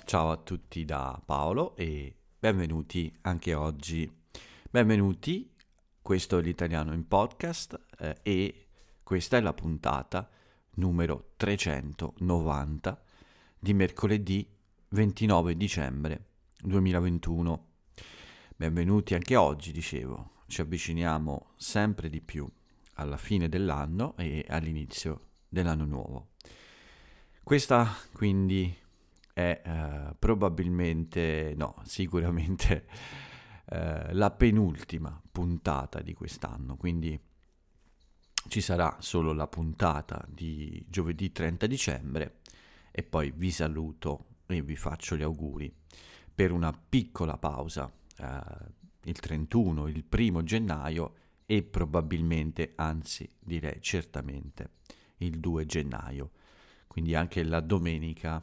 Ciao a tutti da Paolo e benvenuti anche oggi. Benvenuti, questo è l'Italiano in Podcast e questa è la puntata numero 390 di mercoledì 29 dicembre 2021. Benvenuti anche oggi, dicevo, ci avviciniamo sempre di più alla fine dell'anno e all'inizio dell'anno nuovo. Questa quindi è probabilmente, no, sicuramente la penultima puntata di quest'anno, quindi ci sarà solo la puntata di giovedì 30 dicembre e poi vi saluto e vi faccio gli auguri per una piccola pausa il 31, il 1 gennaio e probabilmente, anzi direi certamente, il 2 gennaio. Quindi anche la domenica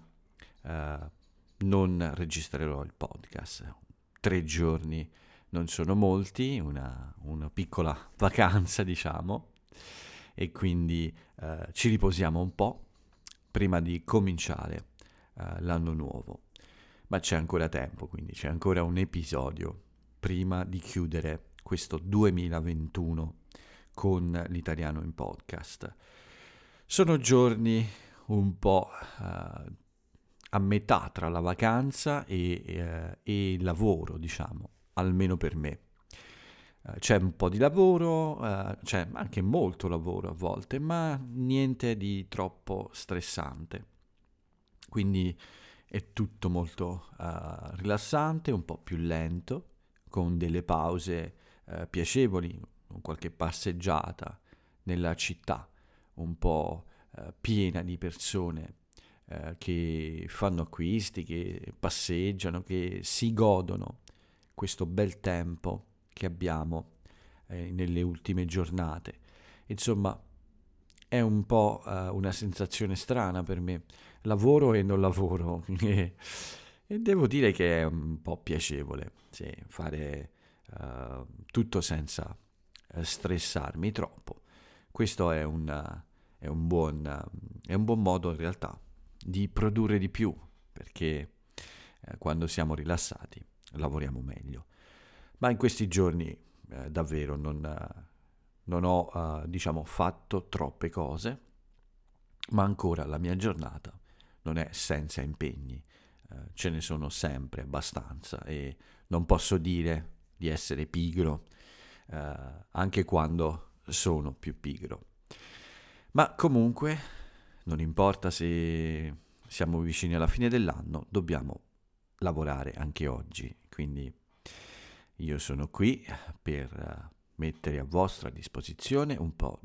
non registrerò il podcast. 3 giorni non sono molti, una piccola vacanza, diciamo, e quindi ci riposiamo un po' prima di cominciare l'anno nuovo. Ma c'è ancora tempo, quindi c'è ancora un episodio prima di chiudere questo 2021 con l'Italiano in Podcast. Sono giorni un po' a metà tra la vacanza e il lavoro, diciamo, almeno per me. C'è un po' di lavoro, c'è anche molto lavoro a volte, ma niente di troppo stressante. Quindi è tutto molto rilassante, un po' più lento, con delle pause piacevoli, con qualche passeggiata nella città, un po' piena di persone che fanno acquisti, che passeggiano, che si godono questo bel tempo che abbiamo nelle ultime giornate. Insomma, è un po' una sensazione strana per me. Lavoro e non lavoro e devo dire che è un po' piacevole, sì, fare tutto senza stressarmi troppo. Questo è un buon modo in realtà di produrre di più, perché quando siamo rilassati lavoriamo meglio. Ma in questi giorni davvero non ho, diciamo, fatto troppe cose, ma ancora la mia giornata non è senza impegni. Ce ne sono sempre abbastanza e non posso dire di essere pigro, anche quando sono più pigro. Ma comunque, non importa se siamo vicini alla fine dell'anno, dobbiamo lavorare anche oggi. Quindi io sono qui per mettere a vostra disposizione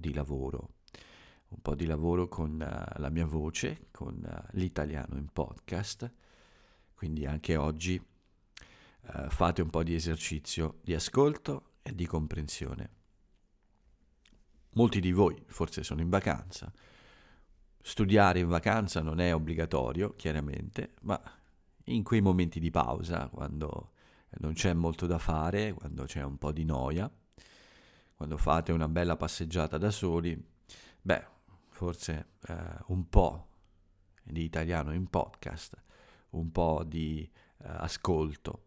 un po' di lavoro con la mia voce, con l'Italiano in Podcast. Quindi anche oggi fate un po' di esercizio di ascolto e di comprensione. Molti di voi forse sono in vacanza. Studiare in vacanza non è obbligatorio, chiaramente, ma in quei momenti di pausa, quando non c'è molto da fare, quando c'è un po' di noia, quando fate una bella passeggiata da soli, beh, forse un po' di italiano in podcast, un po' di ascolto,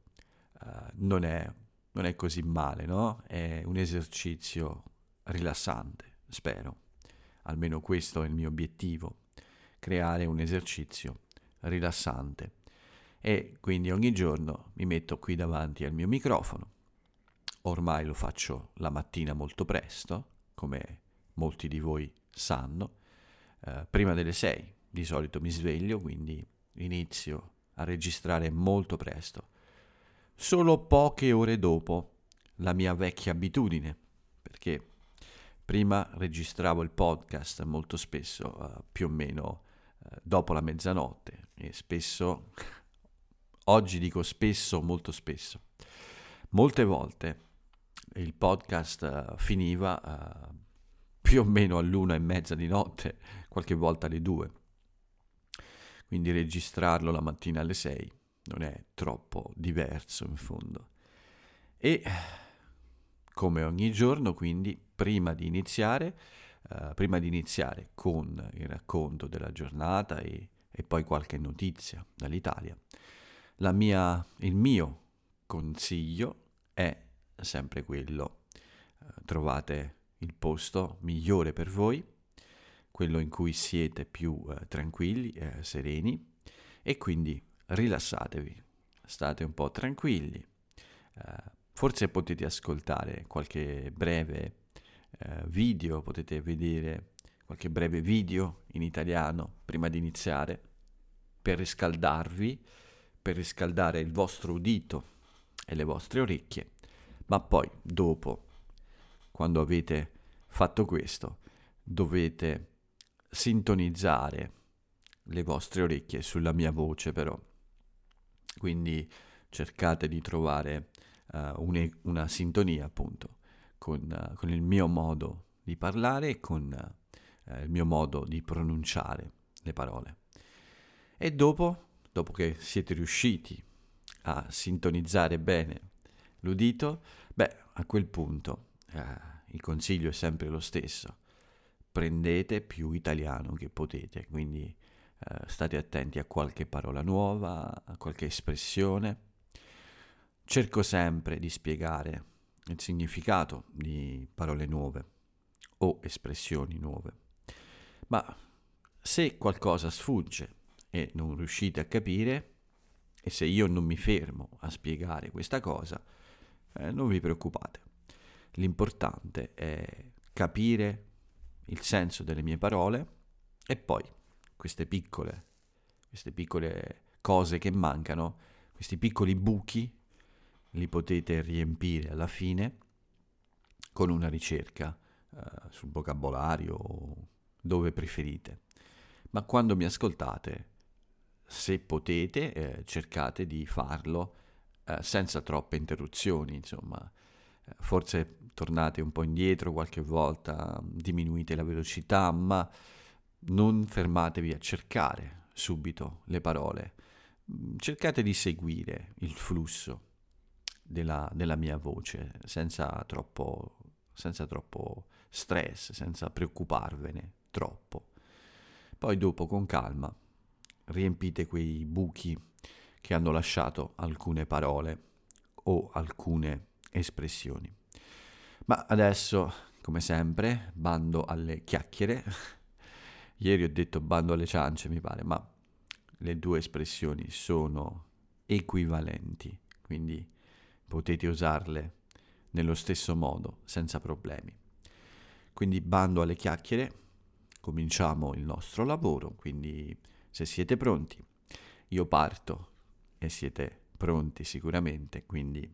non è così male, no? È un esercizio rilassante, spero. Almeno questo è il mio obiettivo, creare un esercizio rilassante. E quindi ogni giorno mi metto qui davanti al mio microfono. Ormai lo faccio la mattina molto presto, come molti di voi sanno, prima delle 6. Di solito mi sveglio, quindi inizio a registrare molto presto. Solo poche ore dopo la mia vecchia abitudine, perché prima registravo il podcast molto spesso, più o meno dopo la mezzanotte e spesso, oggi dico spesso, molto spesso. Molte volte il podcast finiva più o meno all'1:30 di notte, qualche volta alle 2. Quindi registrarlo la mattina alle 6 non è troppo diverso in fondo. E come ogni giorno, quindi, prima di iniziare con il racconto della giornata e poi qualche notizia dall'Italia, il mio consiglio è sempre quello. Trovate il posto migliore per voi, quello in cui siete più tranquilli, sereni, e quindi rilassatevi, state un po' tranquilli. Forse potete ascoltare qualche breve video, potete vedere qualche breve video in italiano prima di iniziare, per riscaldarvi, per riscaldare il vostro udito e le vostre orecchie, ma poi dopo, quando avete fatto questo, dovete sintonizzare le vostre orecchie sulla mia voce però. Quindi cercate di trovare una sintonia appunto con il mio modo di parlare e con il mio modo di pronunciare le parole. E dopo che siete riusciti a sintonizzare bene l'udito, a quel punto il consiglio è sempre lo stesso. Prendete più italiano che potete, quindi state attenti a qualche parola nuova, a qualche espressione. Cerco sempre di spiegare il significato di parole nuove o espressioni nuove. Ma se qualcosa sfugge e non riuscite a capire, e se io non mi fermo a spiegare questa cosa, non vi preoccupate. L'importante è capire il senso delle mie parole e poi queste piccole cose che mancano, questi piccoli buchi, li potete riempire alla fine con una ricerca sul vocabolario o dove preferite. Ma quando mi ascoltate, se potete, cercate di farlo senza troppe interruzioni, insomma. Forse tornate un po' indietro qualche volta, diminuite la velocità, ma non fermatevi a cercare subito le parole. Cercate di seguire il flusso della mia voce senza troppo stress, senza preoccuparvene troppo. Poi dopo con calma riempite quei buchi che hanno lasciato alcune parole o alcune espressioni. Ma adesso, come sempre, bando alle chiacchiere. Ieri ho detto bando alle ciance, mi pare, ma le due espressioni sono equivalenti, quindi potete usarle nello stesso modo, senza problemi. Quindi bando alle chiacchiere, cominciamo il nostro lavoro, quindi se siete pronti, io parto e siete pronti sicuramente, quindi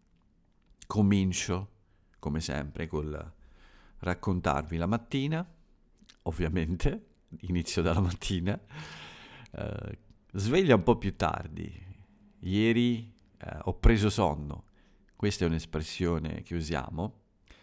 comincio come sempre col raccontarvi la mattina, ovviamente, inizio dalla mattina, sveglia un po' più tardi, ieri ho preso sonno, questa è un'espressione che usiamo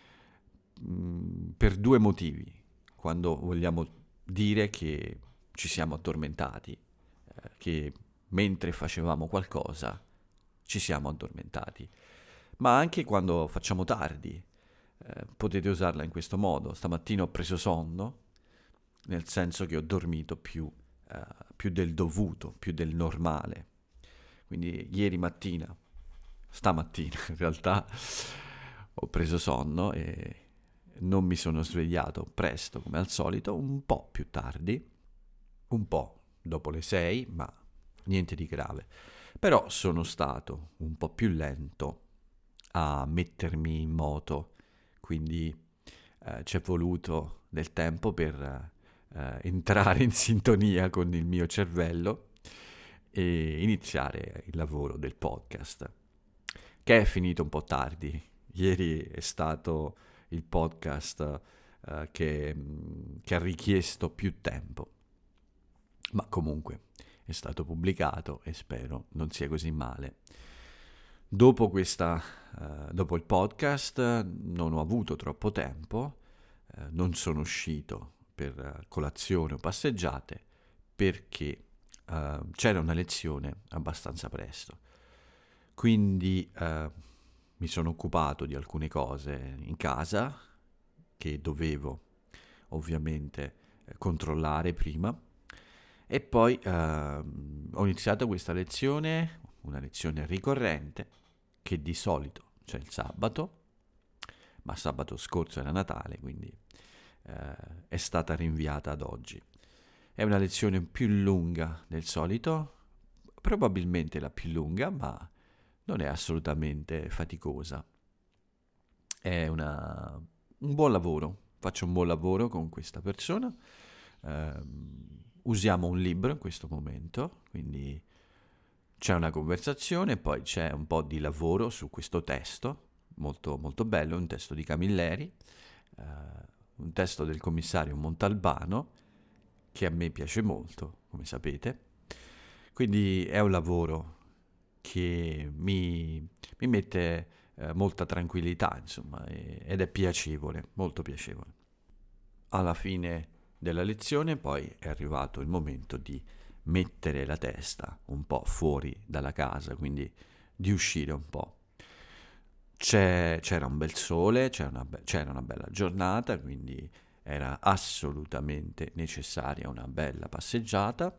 per due motivi, quando vogliamo dire che ci siamo addormentati, che mentre facevamo qualcosa ci siamo addormentati, ma anche quando facciamo tardi. Potete usarla in questo modo. Stamattina ho preso sonno, nel senso che ho dormito più del dovuto, più del normale. Quindi ieri mattina, stamattina in realtà, ho preso sonno e non mi sono svegliato presto come al solito, un po' più tardi, un po' dopo le 6, ma niente di grave. Però sono stato un po' più lento a mettermi in moto, quindi ci è voluto del tempo per entrare in sintonia con il mio cervello e iniziare il lavoro del podcast, che è finito un po' tardi. Ieri è stato il podcast che ha richiesto più tempo, ma comunque è stato pubblicato e spero non sia così male. Dopo il podcast non ho avuto troppo tempo, non sono uscito per colazione o passeggiate perché c'era una lezione abbastanza presto. Quindi mi sono occupato di alcune cose in casa che dovevo ovviamente controllare prima e poi ho iniziato questa lezione una lezione ricorrente che di solito c'è il sabato, ma sabato scorso era Natale, quindi è stata rinviata ad oggi. È una lezione più lunga del solito, probabilmente la più lunga, ma non è assolutamente faticosa. È un buon lavoro, faccio un buon lavoro con questa persona. Usiamo un libro in questo momento, quindi c'è una conversazione, poi c'è un po' di lavoro su questo testo, molto, molto bello, un testo di Camilleri, un testo del commissario Montalbano, che a me piace molto, come sapete. Quindi è un lavoro che mi mette molta tranquillità, insomma, ed è piacevole, molto piacevole. Alla fine della lezione poi è arrivato il momento di mettere la testa un po' fuori dalla casa, quindi di uscire un po'. C'era un bel sole, c'era una bella giornata, quindi era assolutamente necessaria una bella passeggiata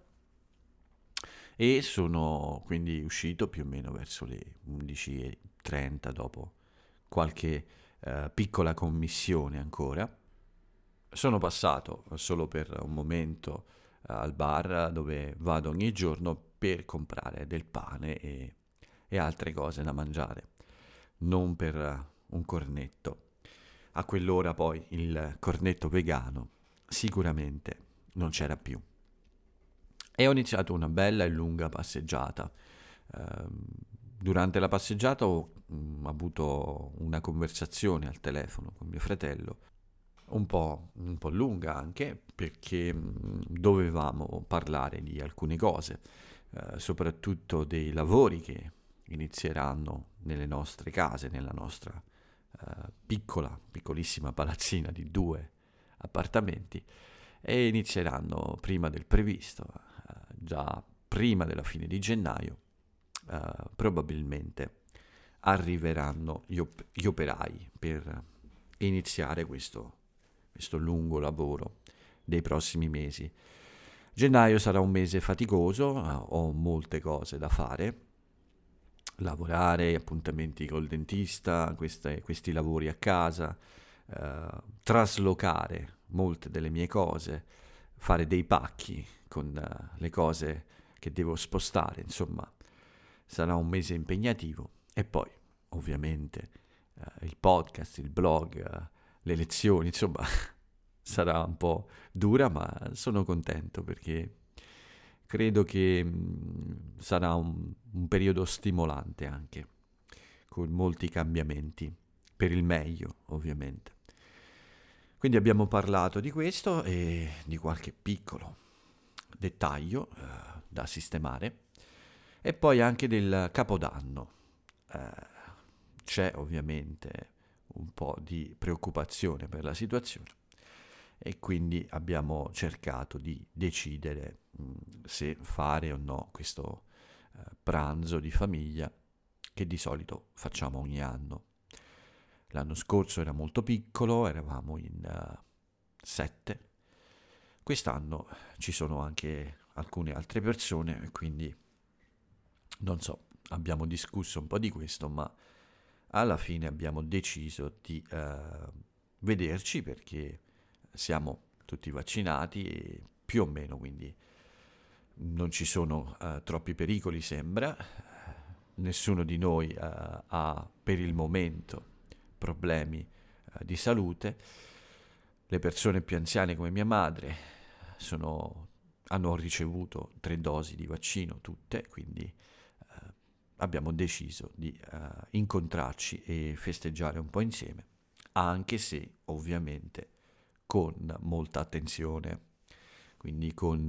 e sono quindi uscito più o meno verso le 11:30 dopo qualche piccola commissione ancora. Sono passato solo per un momento al bar dove vado ogni giorno per comprare del pane e altre cose da mangiare, non per un cornetto. A quell'ora poi il cornetto vegano sicuramente non c'era più. E ho iniziato una bella e lunga passeggiata. Durante la passeggiata ho avuto una conversazione al telefono con mio fratello, un po' lunga anche, perché dovevamo parlare di alcune cose, soprattutto dei lavori che inizieranno nelle nostre case, nella nostra piccolissima palazzina di 2 appartamenti, e inizieranno prima del previsto, già prima della fine di gennaio. Probabilmente arriveranno gli operai per iniziare questo lungo lavoro dei prossimi mesi. Gennaio sarà un mese faticoso, ho molte cose da fare, lavorare, appuntamenti col dentista, questi lavori a casa, traslocare molte delle mie cose, fare dei pacchi con le cose che devo spostare, insomma, sarà un mese impegnativo. E poi, ovviamente, il podcast, il blog, le lezioni, insomma, sarà un po' dura, ma sono contento perché credo che sarà un periodo stimolante anche, con molti cambiamenti, per il meglio, ovviamente. Quindi abbiamo parlato di questo e di qualche piccolo dettaglio da sistemare e poi anche del Capodanno. C'è ovviamente un po' di preoccupazione per la situazione e quindi abbiamo cercato di decidere se fare o no questo pranzo di famiglia che di solito facciamo ogni anno. L'anno scorso era molto piccolo, eravamo in 7. Quest'anno ci sono anche alcune altre persone e quindi non so, abbiamo discusso un po' di questo, ma alla fine abbiamo deciso di vederci perché siamo tutti vaccinati e più o meno, quindi non ci sono troppi pericoli, sembra. Nessuno di noi ha per il momento problemi di salute. Le persone più anziane come mia madre hanno ricevuto 3 dosi di vaccino tutte, quindi abbiamo deciso di incontrarci e festeggiare un po' insieme, anche se ovviamente con molta attenzione, quindi con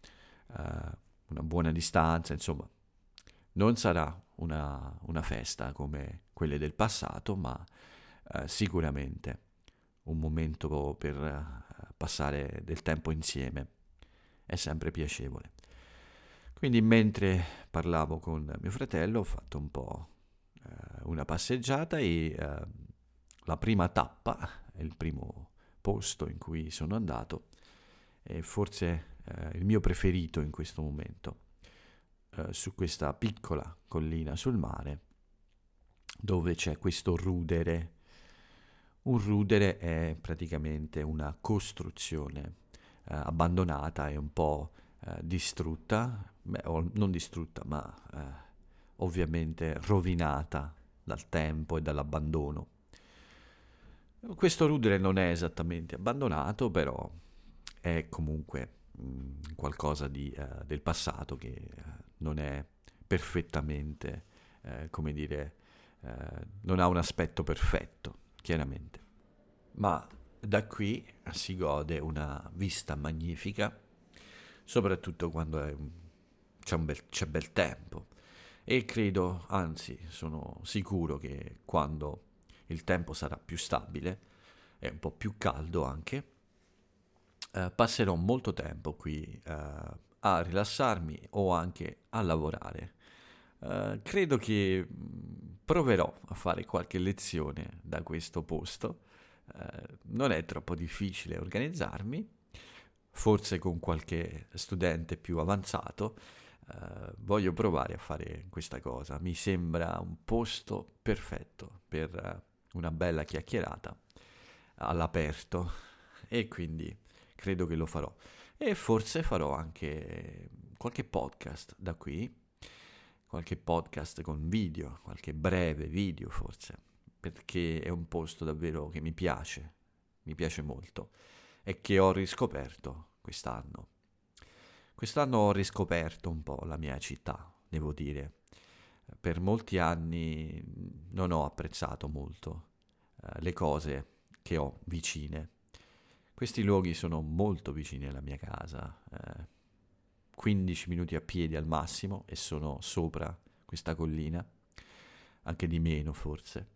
una buona distanza, insomma, non sarà una festa come quelle del passato, ma sicuramente un momento per passare del tempo insieme è sempre piacevole. Quindi mentre parlavo con mio fratello ho fatto un po' una passeggiata e la prima tappa, il primo posto in cui sono andato, è forse il mio preferito in questo momento. su questa piccola collina sul mare dove c'è questo rudere. Un rudere è praticamente una costruzione abbandonata e un po' distrutta, beh, o non distrutta, ma ovviamente rovinata dal tempo e dall'abbandono. Questo rudere non è esattamente abbandonato, però è comunque qualcosa del passato che non è perfettamente, come dire, non ha un aspetto perfetto, chiaramente. Ma da qui si gode una vista magnifica, soprattutto quando c'è bel tempo. E credo, anzi, sono sicuro che quando il tempo sarà più stabile e un po' più caldo anche, passerò molto tempo qui a rilassarmi o anche a lavorare. Credo che proverò a fare qualche lezione da questo posto. Non è troppo difficile organizzarmi, forse con qualche studente più avanzato. Voglio provare a fare questa cosa. Mi sembra un posto perfetto per una bella chiacchierata all'aperto e quindi credo che lo farò. E forse farò anche qualche podcast da qui, qualche podcast con video, qualche breve video forse, perché è un posto davvero che mi piace molto e che ho riscoperto quest'anno. Quest'anno ho riscoperto un po' la mia città, devo dire. Per molti anni non ho apprezzato molto le cose che ho vicine. Questi luoghi sono molto vicini alla mia casa, 15 minuti a piedi al massimo e sono sopra questa collina, anche di meno forse.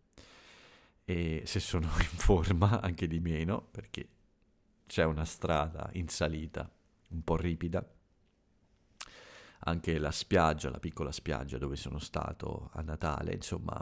E se sono in forma anche di meno, perché c'è una strada in salita un po' ripida. Anche la spiaggia, la piccola spiaggia dove sono stato a Natale, insomma,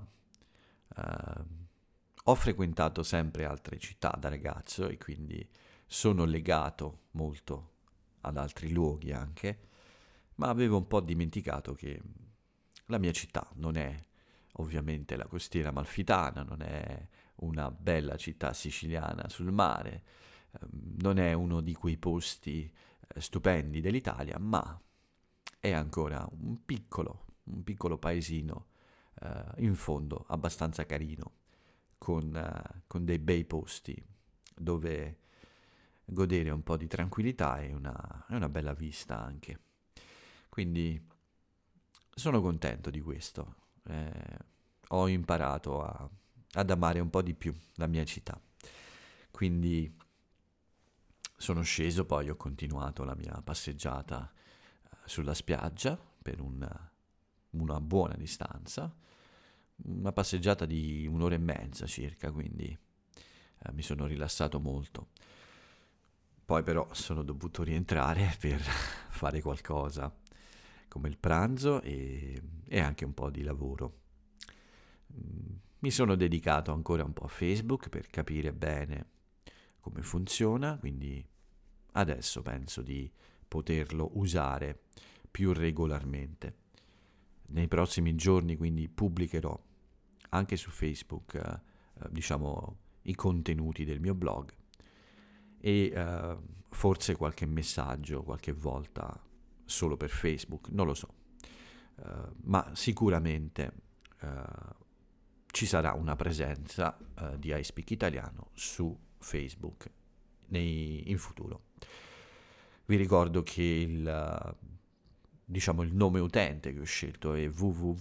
ho frequentato sempre altre città da ragazzo e quindi sono legato molto ad altri luoghi anche, ma avevo un po' dimenticato che la mia città non è ovviamente la costiera amalfitana, non è una bella città siciliana sul mare, non è uno di quei posti stupendi dell'Italia, ma è ancora un piccolo paesino in fondo abbastanza carino, con dei bei posti dove godere un po' di tranquillità e una bella vista anche. Quindi sono contento di questo. Ho imparato ad amare un po' di più la mia città. Quindi sono sceso, poi ho continuato la mia passeggiata sulla spiaggia per una buona distanza, una passeggiata di un'ora e mezza circa, quindi mi sono rilassato molto. Poi però sono dovuto rientrare per fare qualcosa come il pranzo e anche un po' di lavoro. Mi sono dedicato ancora un po' a Facebook per capire bene come funziona, quindi adesso penso di poterlo usare più regolarmente. Nei prossimi giorni quindi pubblicherò anche su Facebook, diciamo, i contenuti del mio blog e forse qualche messaggio qualche volta solo per Facebook, non lo so. Ma sicuramente ci sarà una presenza di iSpeak Italiano su Facebook in futuro. Vi ricordo che diciamo, il nome utente che ho scelto è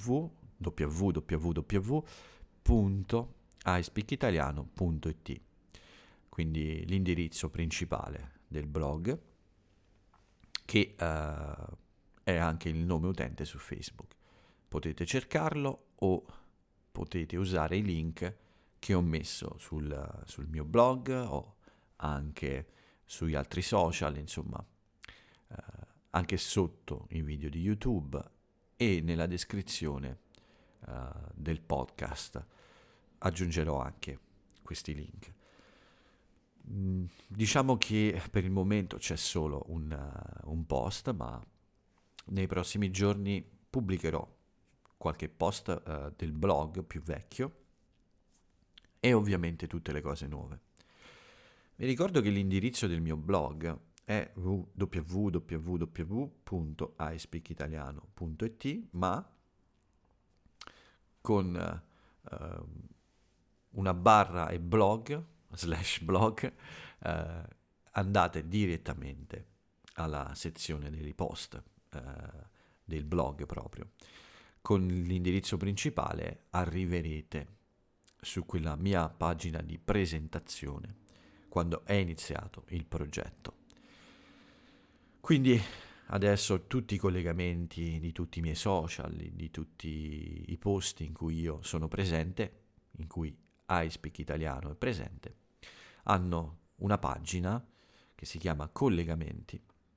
www.ispeakitaliano.it, quindi l'indirizzo principale del blog, che è anche il nome utente su Facebook. Potete cercarlo o potete usare i link che ho messo sul mio blog o anche sugli altri social, insomma, anche sotto i video di YouTube e nella descrizione del podcast aggiungerò anche questi link. Diciamo che per il momento c'è solo un post, ma nei prossimi giorni pubblicherò qualche post del blog più vecchio e ovviamente tutte le cose nuove. Vi ricordo che l'indirizzo del mio blog è www.ispeakitaliano.it, ma con una barra e blog, /blog, andate direttamente alla sezione dei post del blog proprio. Con l'indirizzo principale arriverete su quella mia pagina di presentazione quando è iniziato il progetto. Quindi adesso tutti i collegamenti di tutti i miei social, di tutti i post in cui io sono presente, in cui iSpeak Italiano è presente, hanno una pagina che si chiama Collegamenti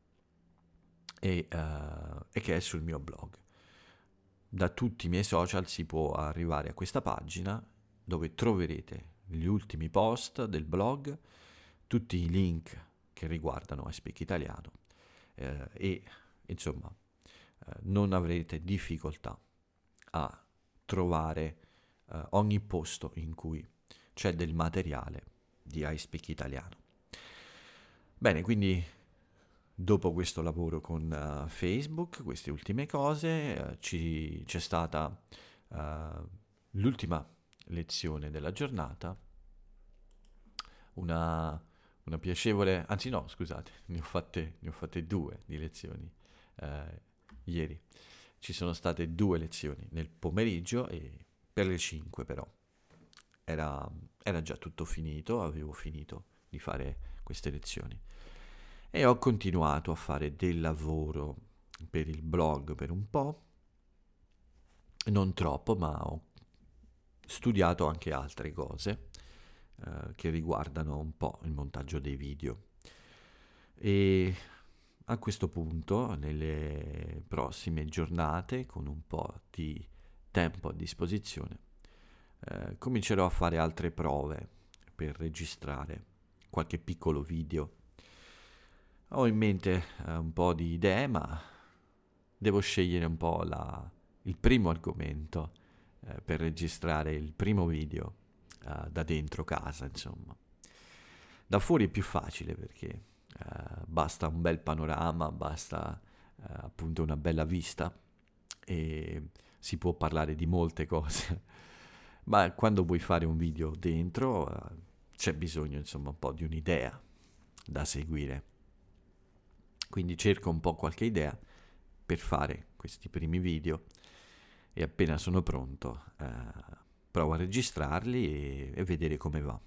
e che è sul mio blog. Da tutti i miei social si può arrivare a questa pagina dove troverete gli ultimi post del blog, tutti i link che riguardano iSpeak Italiano e insomma non avrete difficoltà a trovare ogni posto in cui c'è del materiale di iSpeak Italiano. Bene, quindi dopo questo lavoro con Facebook, queste ultime cose, c'è stata l'ultima lezione della giornata, una piacevole, anzi no, scusate, ne ho fatte 2 di lezioni ieri. Ci sono state 2 lezioni nel pomeriggio e per le 5 però era già tutto finito, avevo finito di fare queste lezioni. E ho continuato a fare del lavoro per il blog per un po', non troppo, ma ho studiato anche altre cose che riguardano un po' il montaggio dei video. E a questo punto, nelle prossime giornate, con un po' di tempo a disposizione, comincerò a fare altre prove per registrare qualche piccolo video. Ho in mente un po' di idee, ma devo scegliere un po' il primo argomento per registrare il primo video da dentro casa, insomma. Da fuori è più facile perché basta un bel panorama, basta appunto una bella vista e si può parlare di molte cose. Ma quando vuoi fare un video dentro c'è bisogno, insomma, un po' di un'idea da seguire. Quindi cerco un po' qualche idea per fare questi primi video e appena sono pronto provo a registrarli e vedere come va.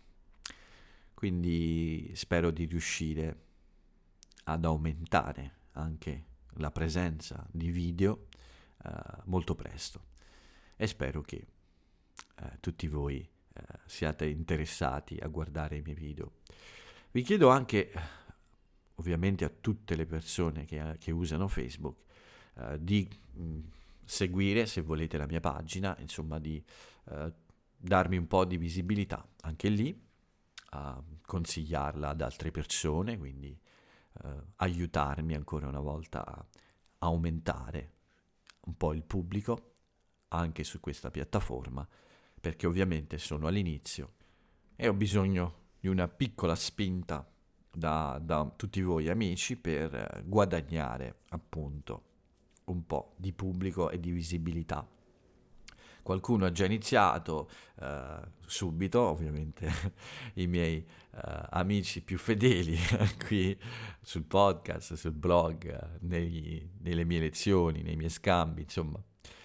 Quindi spero di riuscire ad aumentare anche la presenza di video molto presto e spero che tutti voi siate interessati a guardare i miei video. Vi chiedo anche, ovviamente a tutte le persone che usano Facebook, di seguire, se volete, la mia pagina, insomma di darmi un po' di visibilità anche lì, a consigliarla ad altre persone, quindi aiutarmi ancora una volta a aumentare un po' il pubblico anche su questa piattaforma, perché ovviamente sono all'inizio e ho bisogno di una piccola spinta da tutti voi amici per guadagnare appunto un po' di pubblico e di visibilità. Qualcuno ha già iniziato subito, ovviamente i miei amici più fedeli qui sul podcast, sul blog, nelle mie lezioni, nei miei scambi, insomma,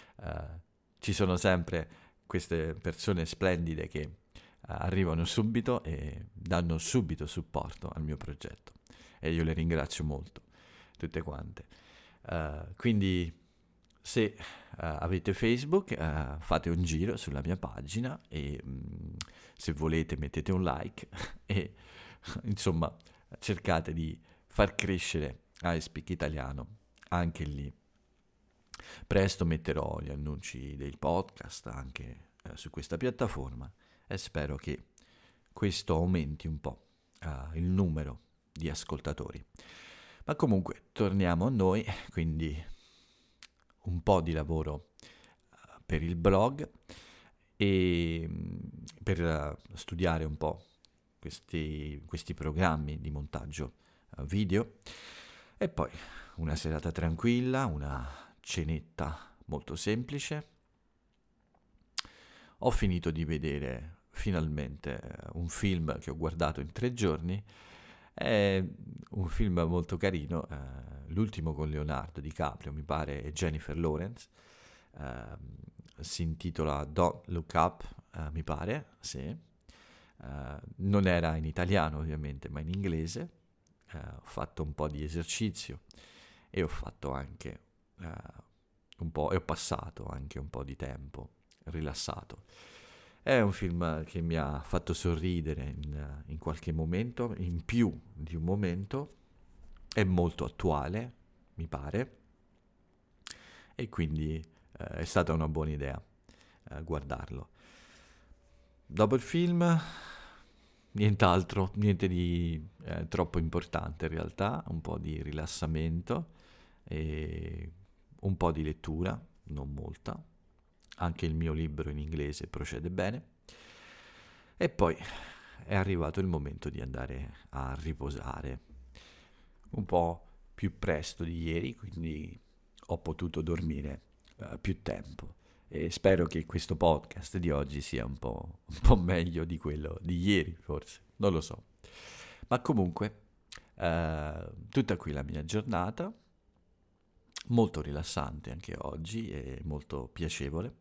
ci sono sempre queste persone splendide che arrivano subito e danno subito supporto al mio progetto e io le ringrazio molto, tutte quante. Quindi se avete Facebook fate un giro sulla mia pagina e se volete mettete un like e insomma cercate di far crescere iSpeak Italiano anche lì. Presto metterò gli annunci dei podcast anche su questa piattaforma e spero che questo aumenti un po' il numero di ascoltatori. Ma comunque torniamo a noi, quindi un po' di lavoro per il blog e per studiare un po' questi programmi di montaggio video e poi una serata tranquilla, una cenetta molto semplice. Ho finito di vedere finalmente un film che ho guardato in 3 giorni. È un film molto carino, l'ultimo con Leonardo DiCaprio, mi pare, e Jennifer Lawrence. eh, Si intitola Don't Look Up, mi pare, sì. Non era in italiano ovviamente, ma in inglese. Ho fatto un po' di esercizio e ho fatto anche un po', e ho passato anche un po' di tempo rilassato. È un film che mi ha fatto sorridere in qualche momento, in più di un momento, è molto attuale, mi pare, e quindi è stata una buona idea guardarlo. Dopo il film, nient'altro, niente di troppo importante in realtà, un po' di rilassamento e un po' di lettura, non molta. Anche il mio libro in inglese procede bene. E poi è arrivato il momento di andare a riposare un po' più presto di ieri, quindi ho potuto dormire più tempo e spero che questo podcast di oggi sia un po' meglio di quello di ieri, forse, non lo so. Ma comunque, tutta qui la mia giornata, molto rilassante anche oggi e molto piacevole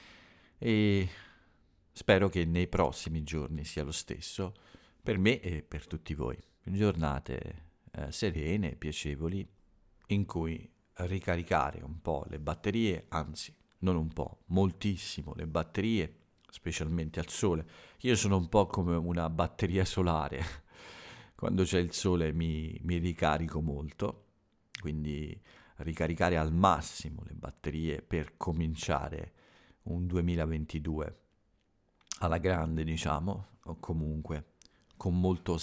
e spero che nei prossimi giorni sia lo stesso per me e per tutti voi. Giornate serene, piacevoli, in cui ricaricare un po' le batterie, anzi, non un po', moltissimo le batterie, specialmente al sole. Io sono un po' come una batteria solare. Quando c'è il sole mi ricarico molto, quindi ricaricare al massimo le batterie per cominciare un 2022 alla grande, diciamo, o comunque con molto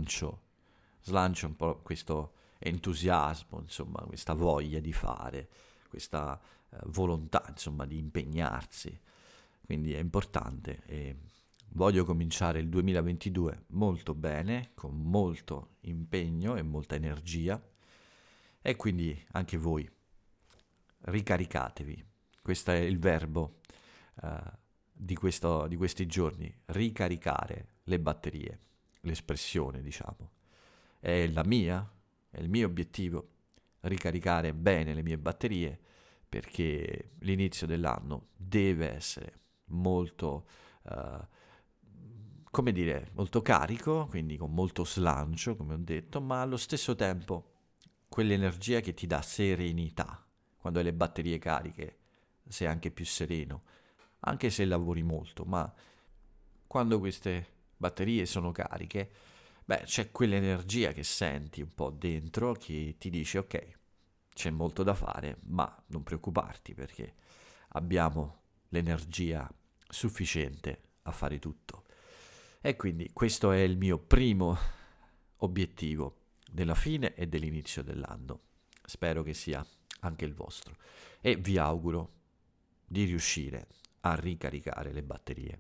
slancio un po' questo entusiasmo, insomma, questa voglia di fare, questa volontà, insomma, di impegnarsi. Quindi è importante e voglio cominciare il 2022 molto bene, con molto impegno e molta energia e quindi anche voi ricaricatevi. Questo è il verbo di questi giorni, ricaricare le batterie, l'espressione, diciamo. È la mia, è il mio obiettivo, ricaricare bene le mie batterie perché l'inizio dell'anno deve essere molto, come dire, molto carico, quindi con molto slancio, come ho detto, ma allo stesso tempo quell'energia che ti dà serenità. Quando hai le batterie cariche sei anche più sereno, anche se lavori molto, ma quando queste batterie sono cariche, beh, c'è quell'energia che senti un po' dentro che ti dice ok, c'è molto da fare, ma non preoccuparti perché abbiamo l'energia sufficiente a fare tutto. E quindi questo è il mio primo obiettivo della fine e dell'inizio dell'anno. Spero che sia anche il vostro e vi auguro di riuscire a ricaricare le batterie.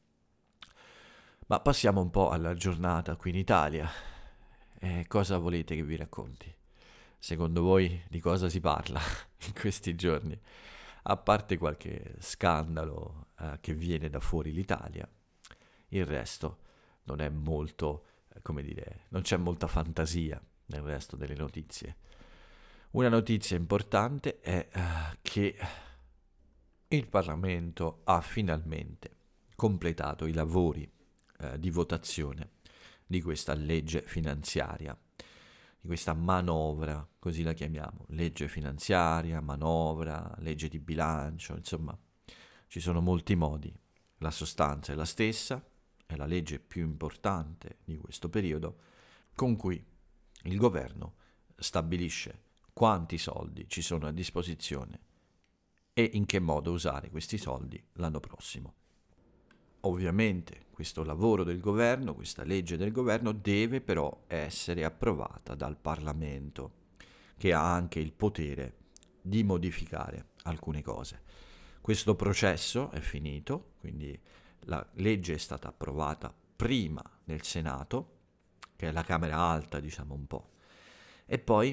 Ma passiamo un po' alla giornata qui in Italia. Cosa volete che vi racconti? Secondo voi di cosa si parla in questi giorni? A parte qualche scandalo che viene da fuori l'Italia, il resto non è molto, come dire, non c'è molta fantasia nel resto delle notizie. Una notizia importante è che il Parlamento ha finalmente completato i lavori di votazione di questa legge finanziaria, di questa manovra, così la chiamiamo, legge finanziaria, manovra, legge di bilancio, insomma, ci sono molti modi. La sostanza è la stessa, è la legge più importante di questo periodo, con cui il governo stabilisce quanti soldi ci sono a disposizione e in che modo usare questi soldi l'anno prossimo. Ovviamente questo lavoro del governo, questa legge del governo deve però essere approvata dal Parlamento, che ha anche il potere di modificare alcune cose. Questo processo è finito, quindi la legge è stata approvata prima nel Senato, che è la Camera Alta, diciamo un po', e poi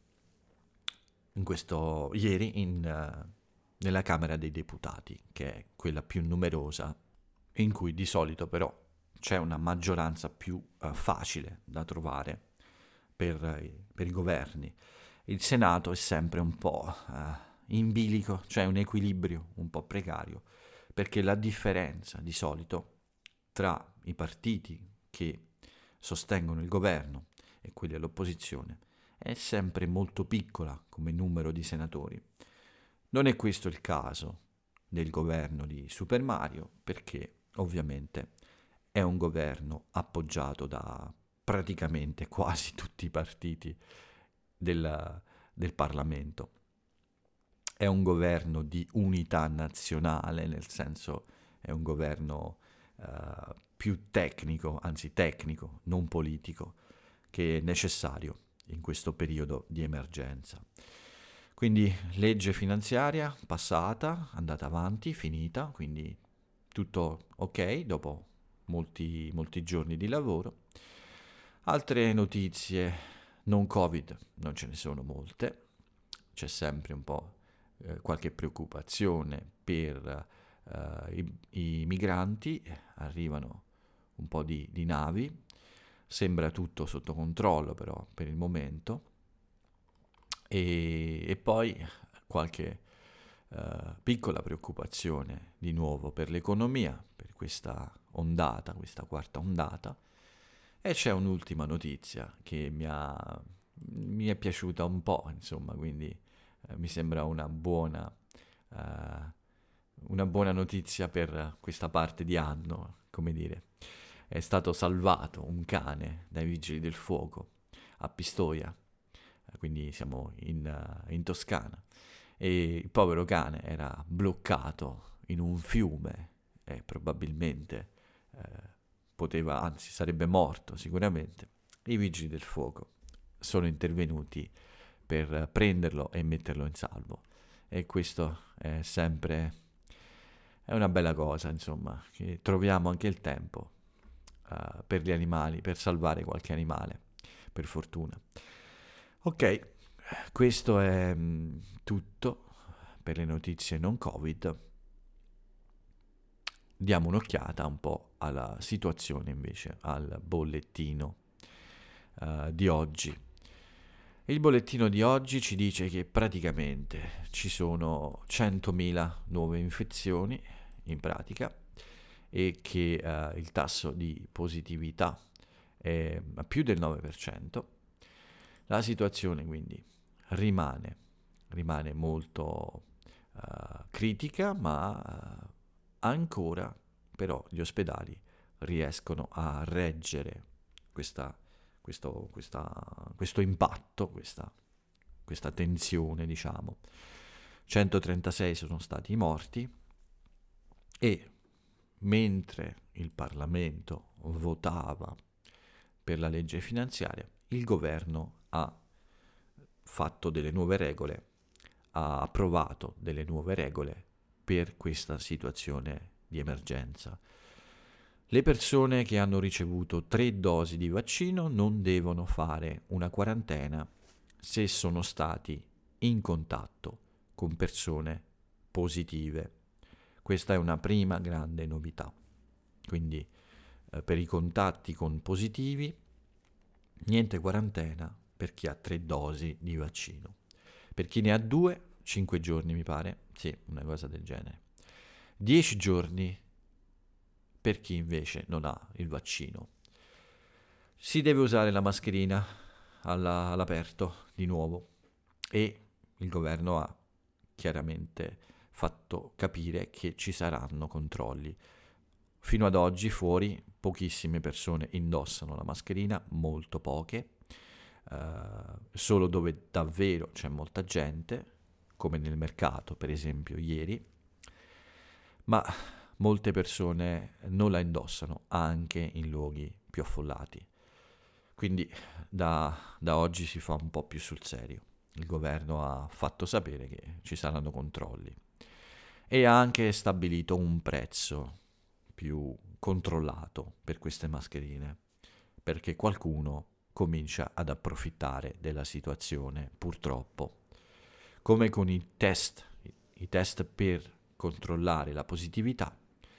ieri nella Camera dei Deputati, che è quella più numerosa, in cui di solito però c'è una maggioranza più facile da trovare per i governi. Il Senato è sempre un po' in bilico, cioè un equilibrio un po' precario, perché la differenza di solito tra i partiti che sostengono il governo e quelli all'opposizione è sempre molto piccola come numero di senatori. Non è questo il caso del governo di Super Mario, perché ovviamente è un governo appoggiato da praticamente quasi tutti i partiti del Parlamento. È un governo di unità nazionale, nel senso è un governo più tecnico, anzi tecnico, non politico, che è necessario in questo periodo di emergenza. Quindi legge finanziaria passata, andata avanti, finita, quindi tutto ok dopo molti giorni di lavoro. Altre notizie non Covid, non ce ne sono molte, c'è sempre un po' qualche preoccupazione per i migranti, arrivano un po' di navi, sembra tutto sotto controllo però per il momento, e poi qualche piccola preoccupazione di nuovo per l'economia, per questa ondata, questa quarta ondata, e c'è un'ultima notizia che mi è piaciuta un po', insomma, quindi mi sembra una buona notizia per questa parte di anno, come dire. È stato salvato un cane dai vigili del fuoco a Pistoia, quindi siamo in Toscana, e il povero cane era bloccato in un fiume e probabilmente poteva, anzi sarebbe morto sicuramente. I vigili del fuoco sono intervenuti per prenderlo e metterlo in salvo, e questo è una bella cosa, insomma, che troviamo anche il tempo per gli animali, per salvare qualche animale, per fortuna. Ok, questo è tutto per le notizie non Covid. Diamo un'occhiata un po' alla situazione invece, al bollettino di oggi. Il bollettino di oggi ci dice che praticamente ci sono 100.000 nuove infezioni in pratica, e che il tasso di positività è a più del 9%. La situazione quindi rimane molto critica, ma ancora però gli ospedali riescono a reggere questo impatto, questa tensione, diciamo. 136 sono stati i morti, e mentre il Parlamento votava per la legge finanziaria, il governo ha fatto delle nuove regole, ha approvato delle nuove regole per questa situazione di emergenza. Le persone che hanno ricevuto 3 dosi di vaccino non devono fare una quarantena se sono stati in contatto con persone positive. Questa è una prima grande novità. Quindi per i contatti con positivi, niente quarantena per chi ha 3 dosi di vaccino. Per chi ne ha 2, 5 giorni mi pare, sì, una cosa del genere. 10 giorni per chi invece non ha il vaccino. Si deve usare la mascherina all'aperto di nuovo, e il governo ha chiaramente fatto capire che ci saranno controlli. Fino ad oggi fuori pochissime persone indossano la mascherina, molto poche, solo dove davvero c'è molta gente, come nel mercato per esempio ieri, ma molte persone non la indossano anche in luoghi più affollati. Quindi da oggi si fa un po' più sul serio. Il governo ha fatto sapere che ci saranno controlli e ha anche stabilito un prezzo più controllato per queste mascherine, perché qualcuno comincia ad approfittare della situazione, purtroppo. Come con i test per controllare la positività,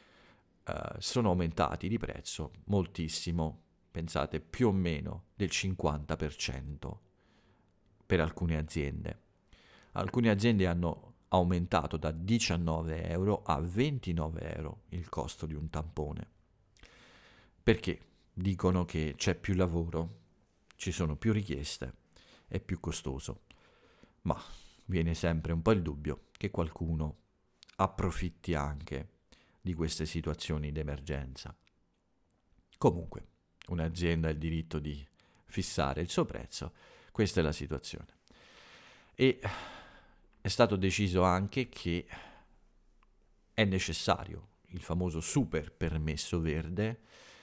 sono aumentati di prezzo moltissimo, pensate più o meno del 50% per alcune aziende. Alcune aziende hanno aumentato da 19 euro a 29 euro il costo di un tampone. Perché? Dicono che c'è più lavoro, ci sono più richieste, è più costoso. Ma viene sempre un po' il dubbio che qualcuno approfitti anche di queste situazioni d'emergenza. Comunque, un'azienda ha il diritto di fissare il suo prezzo, questa è la situazione. E è stato deciso anche che è necessario il famoso super permesso verde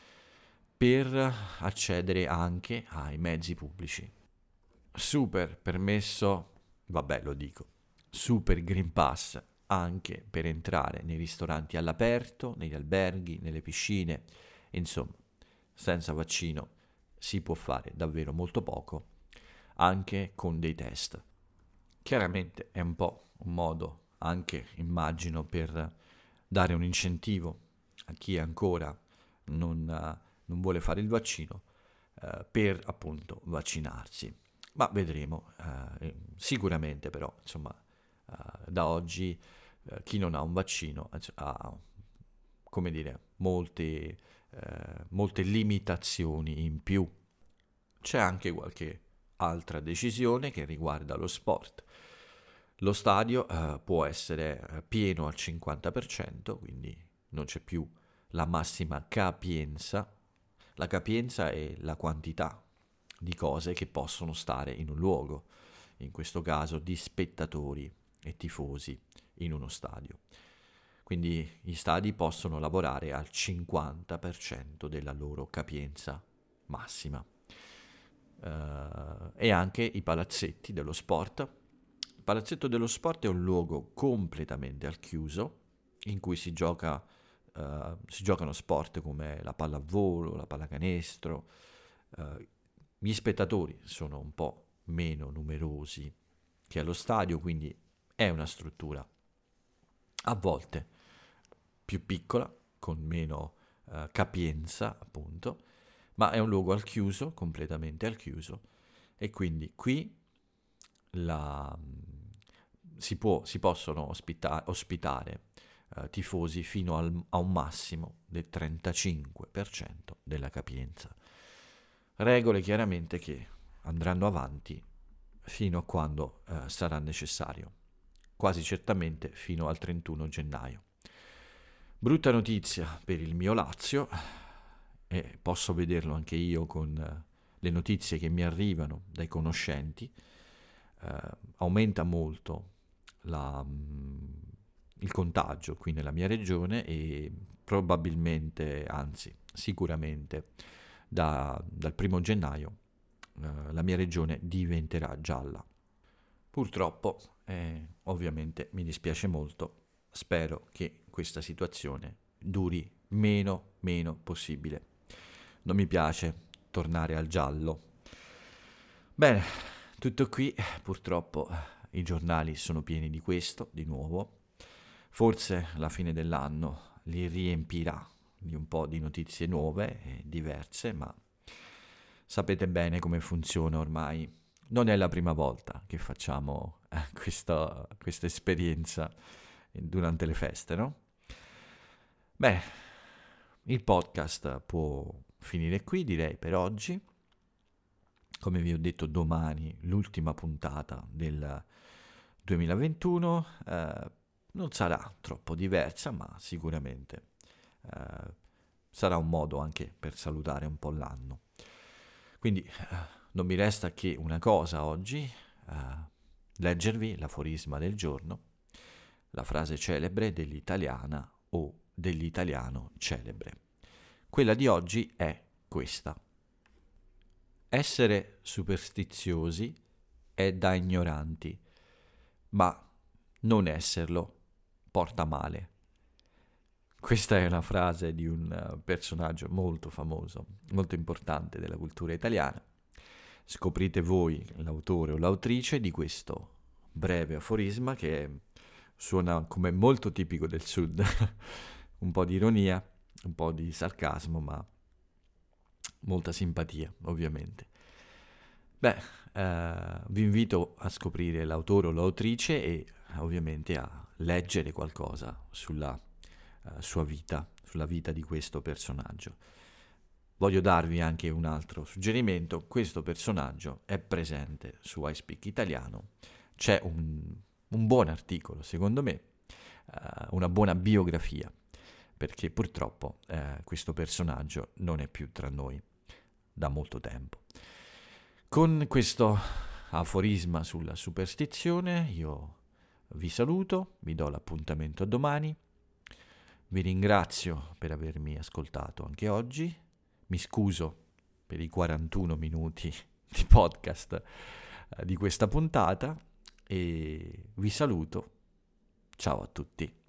per accedere anche ai mezzi pubblici. Super permesso, vabbè lo dico, super Green Pass anche per entrare nei ristoranti all'aperto, negli alberghi, nelle piscine, insomma, senza vaccino si può fare davvero molto poco, anche con dei test. Chiaramente è un po' un modo anche, immagino, per dare un incentivo a chi ancora non vuole fare il vaccino per appunto vaccinarsi. Ma vedremo, sicuramente però, insomma, da oggi chi non ha un vaccino ha, come dire, molte limitazioni in più. C'è anche qualche altra decisione che riguarda lo sport. Lo stadio può essere pieno al 50%, quindi non c'è più la massima capienza. La capienza è la quantità di cose che possono stare in un luogo, in questo caso di spettatori e tifosi in uno stadio. Quindi gli stadi possono lavorare al 50% della loro capienza massima. E anche i palazzetti dello sport. Il palazzetto dello sport è un luogo completamente al chiuso in cui si giocano sport come la pallavolo, la pallacanestro. Gli spettatori sono un po' meno numerosi che allo stadio, quindi è una struttura a volte più piccola, con meno capienza, appunto, ma è un luogo al chiuso, completamente al chiuso, e quindi qui la, si possono ospitare tifosi fino a un massimo del 35% della capienza. Regole chiaramente che andranno avanti fino a quando sarà necessario, quasi certamente fino al 31 gennaio. Brutta notizia per il mio Lazio, e posso vederlo anche io con le notizie che mi arrivano dai conoscenti. Aumenta molto il contagio qui nella mia regione e probabilmente, anzi sicuramente, dal 1 gennaio la mia regione diventerà gialla. Purtroppo, ovviamente mi dispiace molto, spero che questa situazione duri meno possibile. Non mi piace tornare al giallo. Bene, tutto qui, purtroppo i giornali sono pieni di questo, di nuovo. Forse la fine dell'anno li riempirà di un po' di notizie nuove e diverse, ma sapete bene come funziona ormai. Non è la prima volta che facciamo questa esperienza durante le feste, no? Beh, il podcast può finire qui, direi, per oggi. Come vi ho detto, domani l'ultima puntata del 2021. Non sarà troppo diversa, ma sicuramente sarà un modo anche per salutare un po' l'anno. Quindi non mi resta che una cosa oggi, leggervi l'aforisma del giorno, la frase celebre dell'italiana o dell'italiano celebre. Quella di oggi è questa: essere superstiziosi è da ignoranti, ma non esserlo porta male. Questa è una frase di un personaggio molto famoso, molto importante della cultura italiana. Scoprite voi l'autore o l'autrice di questo breve aforisma che suona come molto tipico del sud, un po' di ironia, un po' di sarcasmo, ma molta simpatia, ovviamente. Vi invito a scoprire l'autore o l'autrice e ovviamente a leggere qualcosa sulla sua vita, sulla vita di questo personaggio. Voglio darvi anche un altro suggerimento: questo personaggio è presente su iSpeak Italiano, c'è un buon articolo, secondo me, una buona biografia, perché purtroppo questo personaggio non è più tra noi da molto tempo. Con questo aforisma sulla superstizione io vi saluto, vi do l'appuntamento a domani, vi ringrazio per avermi ascoltato anche oggi, mi scuso per i 41 minuti di podcast di questa puntata e vi saluto. Ciao a tutti.